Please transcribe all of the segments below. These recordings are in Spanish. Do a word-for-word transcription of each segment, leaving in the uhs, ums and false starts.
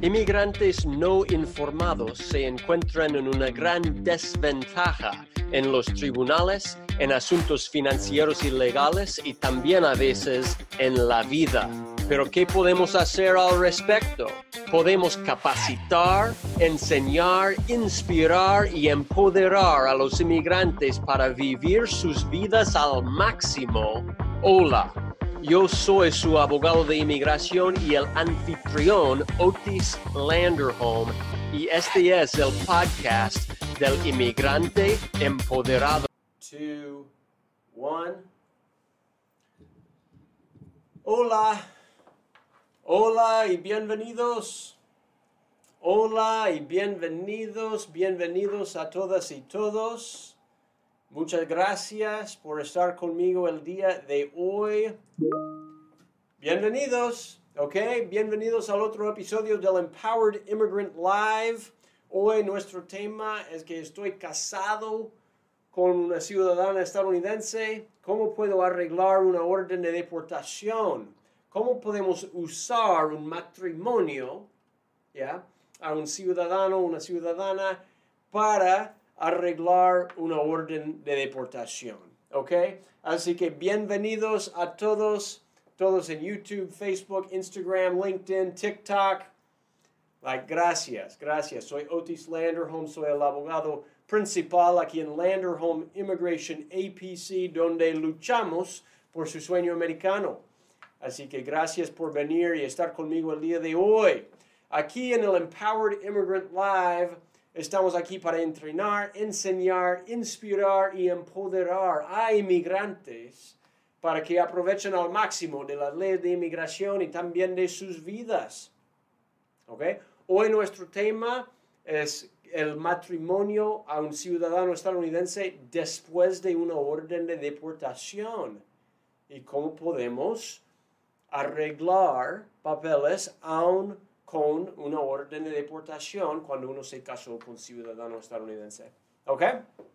Inmigrantes no informados se encuentran en una gran desventaja en los tribunales, en asuntos financieros y legales y también a veces en la vida. Pero ¿qué podemos hacer al respecto? Podemos capacitar, enseñar, inspirar y empoderar a los inmigrantes para vivir sus vidas al máximo. Hola. Yo soy su abogado de inmigración y el anfitrión Otis Landerholm y este es el podcast del inmigrante empoderado. Two, one. Hola, hola y bienvenidos. Hola y bienvenidos, bienvenidos a todas y todos. Muchas gracias por estar conmigo el día de hoy. Bienvenidos, ¿ok? Bienvenidos al otro episodio del Empowered Immigrant Live. Hoy nuestro tema es que estoy casado con una ciudadana estadounidense. ¿Cómo puedo arreglar una orden de deportación? ¿Cómo podemos usar un matrimonio, ¿ya? A un ciudadano o una ciudadana para arreglar una orden de deportación, ¿ok? Así que bienvenidos a todos, todos en YouTube, Facebook, Instagram, LinkedIn, TikTok. Like, gracias, gracias. Soy Otis Landerholm, soy el abogado principal aquí en Landerholm Immigration A P C, donde luchamos por su sueño americano. Así que gracias por venir y estar conmigo el día de hoy. Aquí en el Empowered Immigrant Live, estamos aquí para entrenar, enseñar, inspirar y empoderar a inmigrantes para que aprovechen al máximo de las leyes de inmigración y también de sus vidas. ¿Okay? Hoy nuestro tema es el matrimonio a un ciudadano estadounidense después de una orden de deportación y cómo podemos arreglar papeles aún con una orden de deportación cuando uno se casó con ciudadano estadounidense. ¿Ok?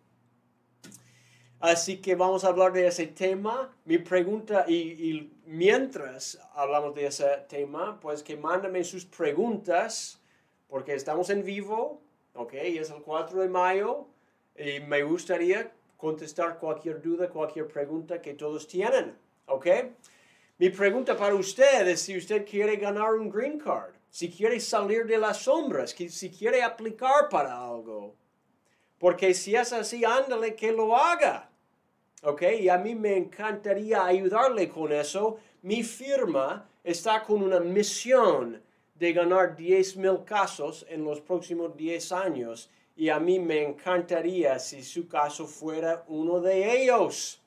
Así que vamos a hablar de ese tema. Mi pregunta, y, y mientras hablamos de ese tema, pues que mándame sus preguntas, porque estamos en vivo, ¿ok? Y es el cuatro de mayo, y me gustaría contestar cualquier duda, cualquier pregunta que todos tienen, ¿ok? Mi pregunta para usted es si usted quiere ganar un green card. Si quiere salir de las sombras, si quiere aplicar para algo. Porque si es así, ándale que lo haga. ¿Ok? Y a mí me encantaría ayudarle con eso. Mi firma está con una misión de ganar diez mil casos en los próximos diez años. Y a mí me encantaría si su caso fuera uno de ellos.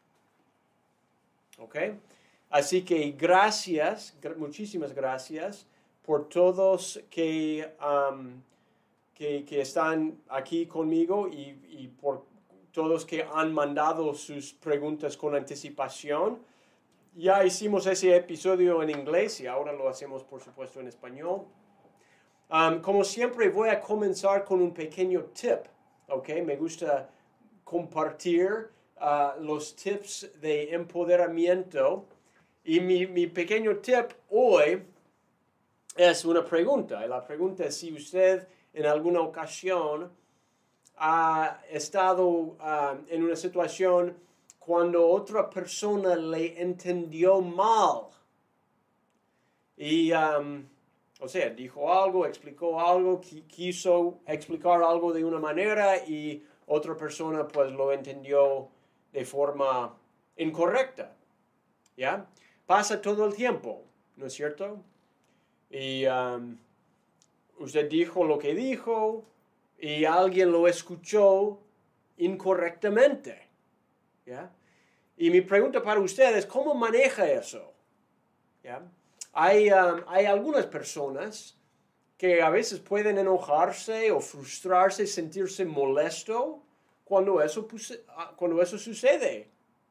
¿Ok? Así que gracias, muchísimas gracias por todos que, um, que, que están aquí conmigo y, y por todos que han mandado sus preguntas con anticipación. Ya hicimos ese episodio en inglés y ahora lo hacemos, por supuesto, en español. Um, como siempre, voy a comenzar con un pequeño tip, ¿ok? Me gusta compartir uh, los tips de empoderamiento. Y mi, mi pequeño tip hoy es una pregunta. Y la pregunta es si usted en alguna ocasión ha estado uh, en una situación cuando otra persona le entendió mal. Y, um, o sea, dijo algo, explicó algo, qui- quiso explicar algo de una manera y otra persona pues lo entendió de forma incorrecta. ¿Ya? Pasa todo el tiempo, ¿no es cierto? Y um, usted dijo lo que dijo y alguien lo escuchó incorrectamente. ¿Ya? Y mi pregunta para usted es, ¿cómo maneja eso? ¿Ya? Hay, um, hay algunas personas que a veces pueden enojarse o frustrarse, sentirse molesto cuando eso, cuando eso sucede.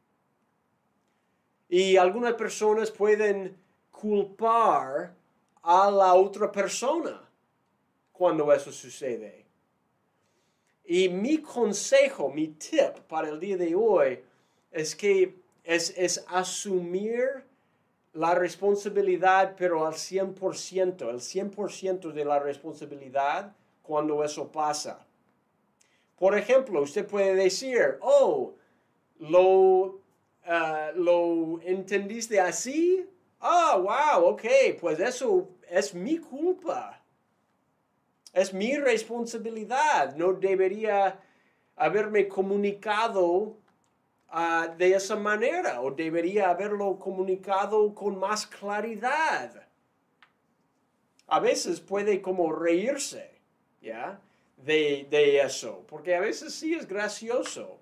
Y algunas personas pueden culpar a la otra persona cuando eso sucede. Y mi consejo, mi tip para el día de hoy es que es, es asumir la responsabilidad, pero al cien por ciento, el cien por ciento de la responsabilidad cuando eso pasa. Por ejemplo, usted puede decir, oh, ¿lo, uh, ¿lo entendiste así? Ah, wow, ok, pues eso es mi culpa. Es mi responsabilidad. No debería haberme comunicado Uh, de esa manera, o debería haberlo comunicado con más claridad. A veces puede como reírse, ¿ya? De, de eso, porque a veces sí es gracioso.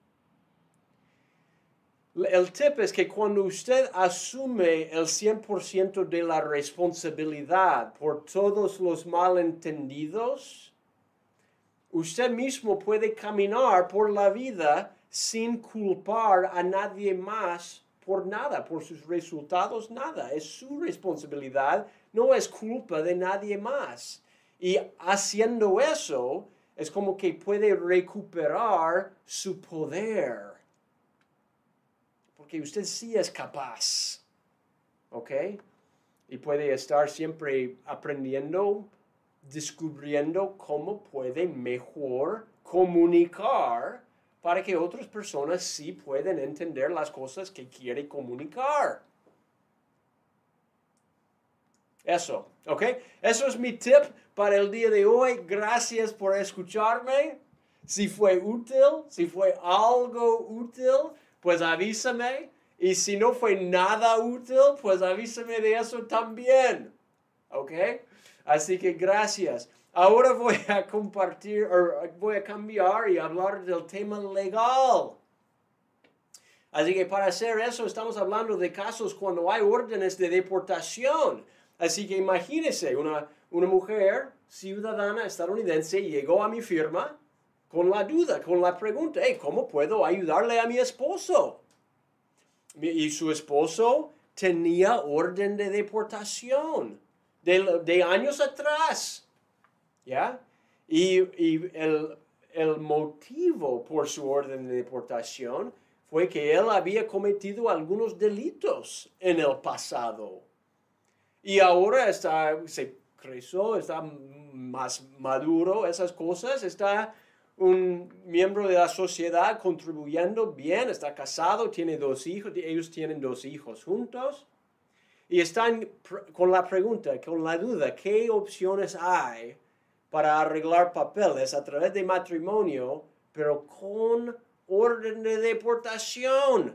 El tip es que cuando usted asume el cien por ciento de la responsabilidad por todos los malentendidos, usted mismo puede caminar por la vida sin culpar a nadie más por nada, por sus resultados, nada. Es su responsabilidad, no es culpa de nadie más. Y haciendo eso, es como que puede recuperar su poder. Porque usted sí es capaz, ¿ok? Y puede estar siempre aprendiendo, descubriendo cómo puede mejor comunicar para que otras personas sí puedan entender las cosas que quiere comunicar. Eso, ¿ok? Eso es mi tip para el día de hoy. Gracias por escucharme. Si fue útil, si fue algo útil, pues avísame. Y si no fue nada útil, pues avísame de eso también. ¿Ok? Así que gracias. Ahora voy a compartir, o voy a cambiar y hablar del tema legal. Así que para hacer eso estamos hablando de casos cuando hay órdenes de deportación. Así que imagínese, una, una mujer ciudadana estadounidense llegó a mi firma con la duda, con la pregunta, hey, ¿cómo puedo ayudarle a mi esposo? Y su esposo tenía orden de deportación de, de años atrás. ¿Ya? Y, y el, el motivo por su orden de deportación fue que él había cometido algunos delitos en el pasado. Y ahora está, se creció, está más maduro, esas cosas, está un miembro de la sociedad contribuyendo bien, está casado, tiene dos hijos, ellos tienen dos hijos juntos. Y están con la pregunta, con la duda, ¿qué opciones hay para arreglar papeles a través de matrimonio, pero con orden de deportación?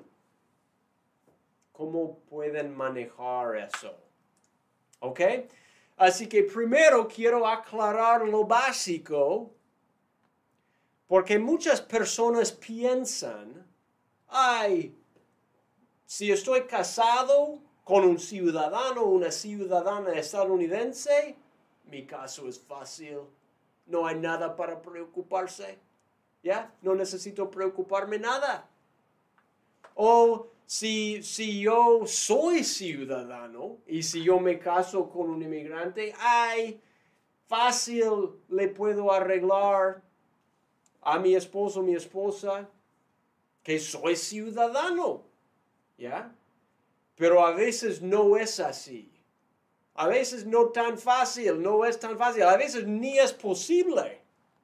¿Cómo pueden manejar eso? ¿Ok? Así que primero quiero aclarar lo básico, porque muchas personas piensan, ay, si estoy casado con un ciudadano o una ciudadana estadounidense, mi caso es fácil, no hay nada para preocuparse, ¿ya? No necesito preocuparme nada. O si, si yo soy ciudadano y si yo me caso con un inmigrante, ay, fácil le puedo arreglar a mi esposo o mi esposa que soy ciudadano, ¿ya? Pero a veces no es así. A veces no tan fácil, no es tan fácil. A veces ni es posible.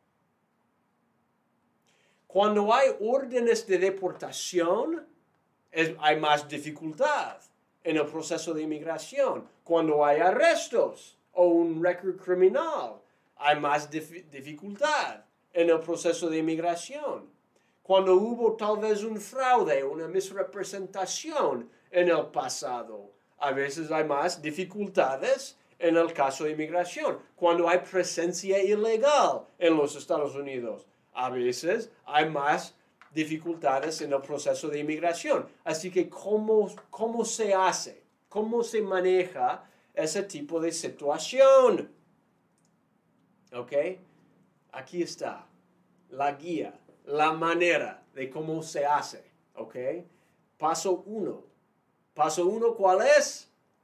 Cuando hay órdenes de deportación, es, hay más dificultad en el proceso de inmigración. Cuando hay arrestos o un récord criminal, hay más dif- dificultad en el proceso de inmigración. Cuando hubo tal vez un fraude, una misrepresentación en el pasado, a veces hay más dificultades en el caso de inmigración. Cuando hay presencia ilegal en los Estados Unidos, a veces hay más dificultades en el proceso de inmigración. Así que, ¿cómo, cómo se hace? ¿Cómo se maneja ese tipo de situación? ¿Ok? Aquí está la guía, la manera de cómo se hace. ¿Ok? Paso uno. Paso uno, ¿cuál es?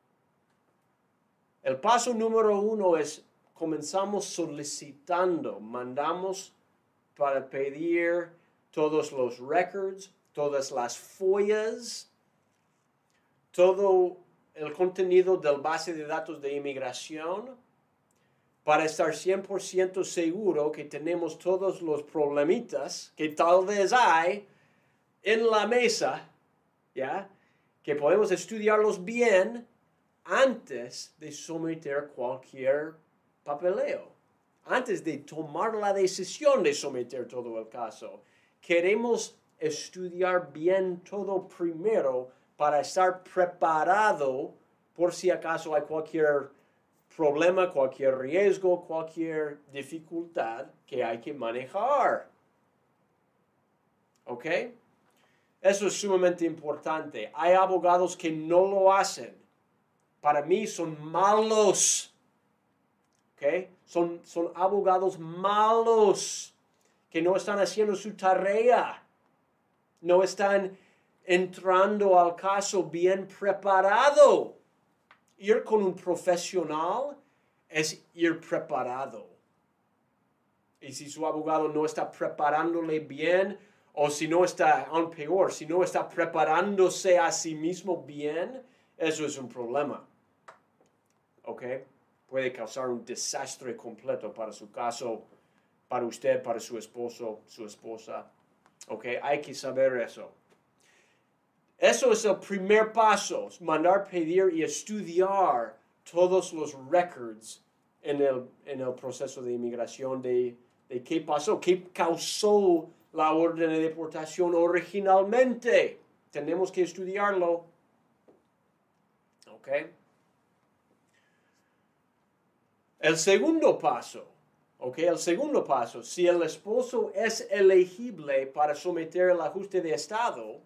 El paso número uno es, comenzamos solicitando, mandamos para pedir todos los records, todas las follas, todo el contenido del base de datos de inmigración para estar cien por ciento seguro que tenemos todos los problemitas que tal vez hay en la mesa, ¿ya? Que podemos estudiarlos bien antes de someter cualquier papeleo, antes de tomar la decisión de someter todo el caso. Queremos estudiar bien todo primero para estar preparado por si acaso hay cualquier problema, cualquier riesgo, cualquier dificultad que hay que manejar. ¿Ok? Eso es sumamente importante. Hay abogados que no lo hacen. Para mí son malos. ¿Ok? Son, son abogados malos que no están haciendo su tarea. No están entrando al caso bien preparado. Ir con un profesional es ir preparado. Y si su abogado no está preparándole bien, o si no está, aún peor, si no está preparándose a sí mismo bien, eso es un problema. ¿Ok? Puede causar un desastre completo para su caso, para usted, para su esposo, su esposa. ¿Ok? Hay que saber eso. Eso es el primer paso, mandar pedir y estudiar todos los records en el, en el proceso de inmigración de, de qué pasó, qué causó la orden de deportación originalmente. Tenemos que estudiarlo. ¿Ok? El segundo paso, ¿ok? El segundo paso, si el esposo es elegible para someter el ajuste de estado,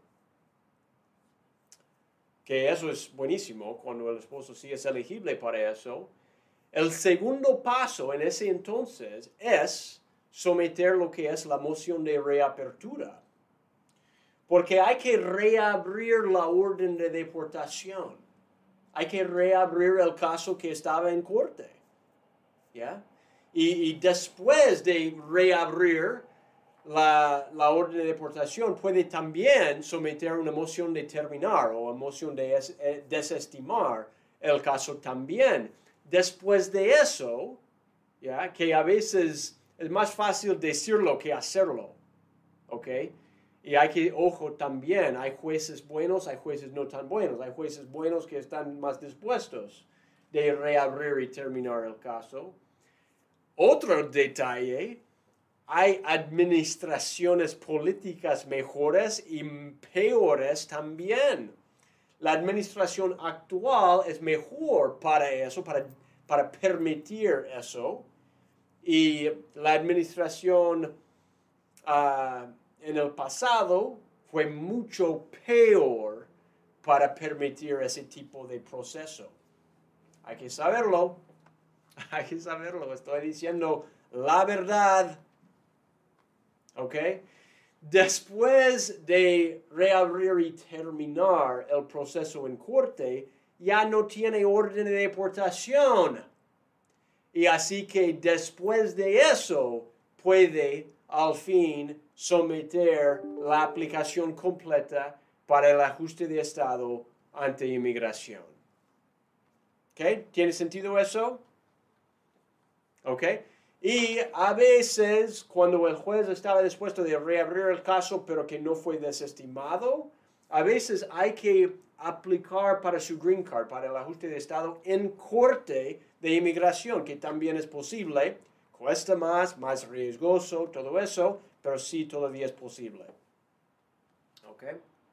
que eso es buenísimo cuando el esposo sí es elegible para eso, el segundo paso en ese entonces es someter lo que es la moción de reapertura. Porque hay que reabrir la orden de deportación. Hay que reabrir el caso que estaba en corte. ¿Ya? Y, y después de reabrir la, la orden de deportación, puede también someter una moción de terminar o una moción de es, eh, desestimar el caso también. Después de eso, ¿ya? Que a veces es más fácil decirlo que hacerlo, ¿ok? Y hay que, ojo, también hay jueces buenos, hay jueces no tan buenos, hay jueces buenos que están más dispuestos de reabrir y terminar el caso. Otro detalle, hay administraciones políticas mejores y peores también. La administración actual es mejor para eso, para, para permitir eso. Y la administración uh, en el pasado fue mucho peor para permitir ese tipo de proceso. Hay que saberlo. Hay que saberlo. Estoy diciendo la verdad. ¿Ok? Después de reabrir y terminar el proceso en corte, ya no tiene orden de deportación. Y así que después de eso puede al fin someter la aplicación completa para el ajuste de estado ante inmigración. ¿Ok? ¿Tiene sentido eso? ¿Ok? Y a veces, cuando el juez estaba dispuesto de reabrir el caso, pero que no fue desestimado, a veces hay que aplicar para su green card, para el ajuste de estado en corte de inmigración, que también es posible. Cuesta más, más riesgoso, todo eso, pero sí todavía es posible. ¿Ok?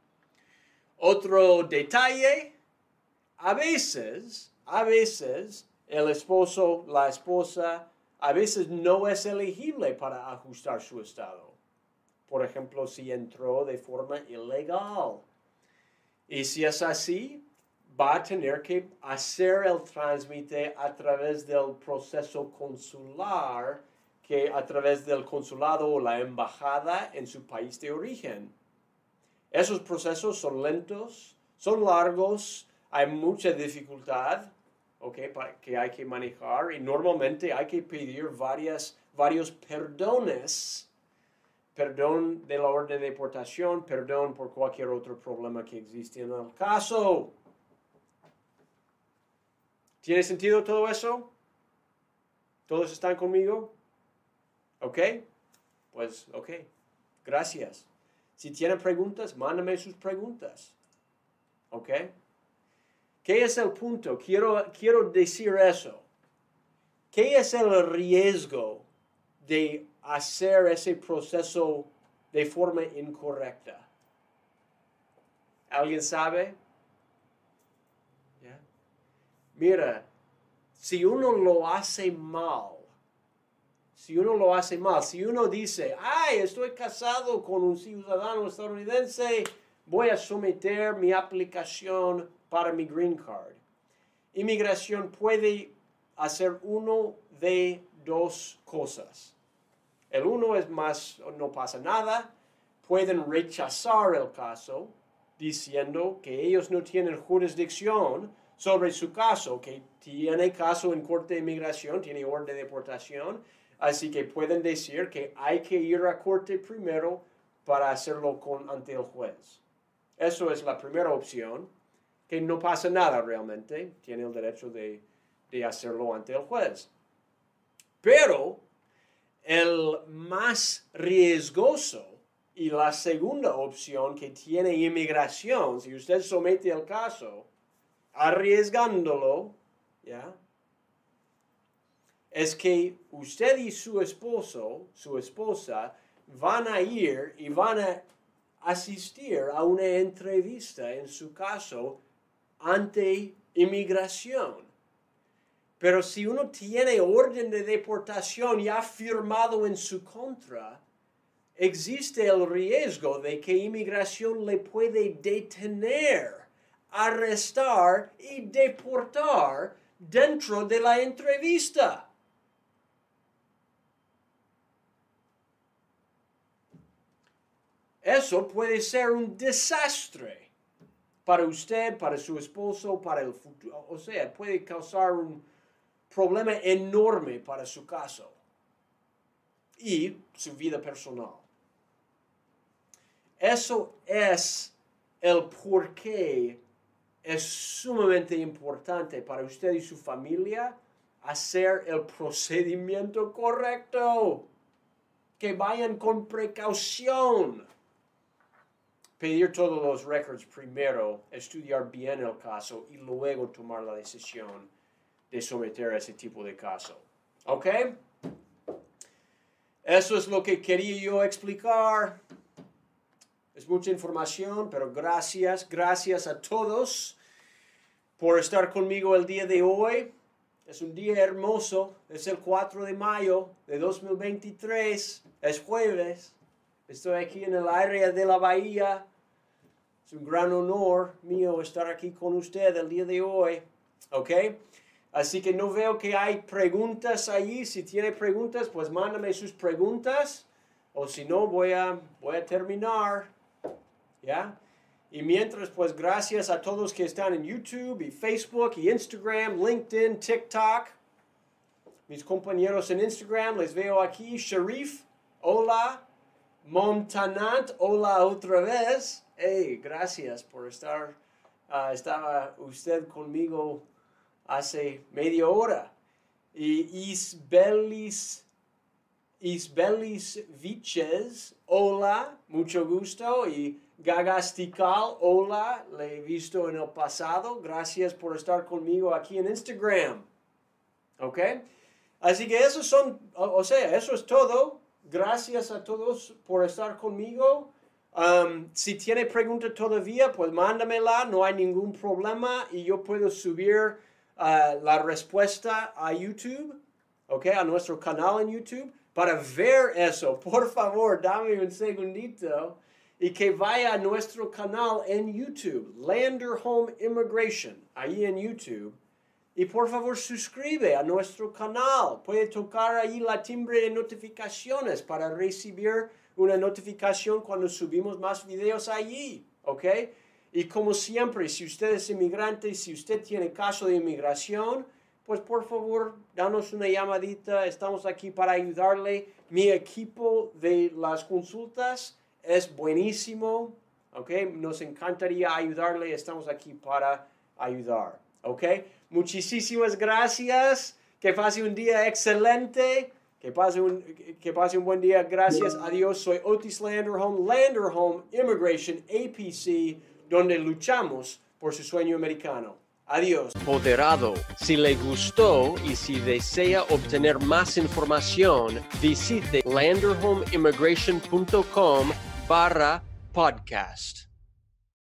Otro detalle, a veces, a veces, el esposo, la esposa, a veces no es elegible para ajustar su estado. Por ejemplo, si entró de forma ilegal. Y si es así, va a tener que hacer el trámite a través del proceso consular, que a través del consulado o la embajada en su país de origen. Esos procesos son lentos, son largos, hay mucha dificultad. Okay, que hay que manejar y normalmente hay que pedir varias, varios perdones, perdón de la orden de deportación, perdón por cualquier otro problema que existe en el caso. ¿Tiene sentido todo eso? ¿Todos están conmigo? ¿Ok? Pues, ok. Gracias. Si tienen preguntas, mándame sus preguntas. ¿Ok? ¿Qué es el punto? Quiero, quiero decir eso. ¿Qué es el riesgo de hacer ese proceso de forma incorrecta? ¿Alguien sabe? ¿Ya? Mira, si uno lo hace mal, si uno lo hace mal, si uno dice, ay, estoy casado con un ciudadano estadounidense, voy a someter mi aplicación para mi green card. Inmigración puede hacer uno de dos cosas. El uno es más, no pasa nada. Pueden rechazar el caso diciendo que ellos no tienen jurisdicción sobre su caso, que tiene caso en corte de inmigración, tiene orden de deportación. Así que pueden decir que hay que ir a corte primero para hacerlo con, ante el juez. Eso es la primera opción, que no pasa nada realmente. Tiene el derecho de, de hacerlo ante el juez. Pero el más riesgoso y la segunda opción que tiene inmigración, si usted somete el caso, arriesgándolo, ¿ya? Es que usted y su esposo, su esposa, van a ir y van a asistir a una entrevista en su caso ante inmigración. Pero si uno tiene orden de deportación ya firmado en su contra, existe el riesgo de que inmigración le puede detener, arrestar y deportar dentro de la entrevista. Eso puede ser un desastre para usted, para su esposo, para el futuro. O sea, puede causar un problema enorme para su caso y su vida personal. Eso es el por qué es sumamente importante para usted y su familia hacer el procedimiento correcto. Que vayan con precaución. Pedir todos los records primero, estudiar bien el caso y luego tomar la decisión de someter a ese tipo de caso. ¿Ok? Eso es lo que quería yo explicar. Es mucha información, pero gracias, gracias a todos por estar conmigo el día de hoy. Es un día hermoso, es el cuatro de mayo de dos mil veintitrés, es jueves. Estoy aquí en el área de la bahía. Es un gran honor mío estar aquí con usted el día de hoy. ¿Ok? Así que no veo que hay preguntas allí. Si tiene preguntas, pues mándame sus preguntas. O si no, voy a, voy a terminar. ¿Ya? Y mientras, pues gracias a todos que están en YouTube y Facebook y Instagram, LinkedIn, TikTok. Mis compañeros en Instagram, les veo aquí. Sharif, hola. Montanant, hola otra vez. Hey, gracias por estar. Uh, estaba usted conmigo hace media hora. Y Isbelis, Isbelis Viches, hola, mucho gusto. Y Gagastical, hola, le he visto en el pasado. Gracias por estar conmigo aquí en Instagram. ¿Ok? Así que esos son, o, o sea, eso es todo. Gracias a todos por estar conmigo. Um, si tiene pregunta todavía, pues mándamela, no hay ningún problema y yo puedo subir uh, la respuesta a YouTube, ¿ok? A nuestro canal en YouTube. Para ver eso, por favor, dame un segundito y que vaya a nuestro canal en YouTube, Lander Home Immigration, ahí en YouTube. Y por favor, suscribe a nuestro canal. Puede tocar ahí la timbre de notificaciones para recibir una notificación cuando subimos más videos allí. ¿Ok? Y como siempre, si usted es inmigrante, si usted tiene caso de inmigración, pues por favor, danos una llamadita. Estamos aquí para ayudarle. Mi equipo de las consultas es buenísimo. ¿Ok? Nos encantaría ayudarle. Estamos aquí para ayudar. ¿Ok? muchísimas gracias. Que pase un día excelente. Que pase un, que pase un buen día. Gracias a Dios. Soy Otis Landerholm, Landerholm Immigration A P C, donde luchamos por su sueño americano. Adiós. Poderado. Si le gustó y si desea obtener más información, visite landerholmimmigration punto com barra podcast.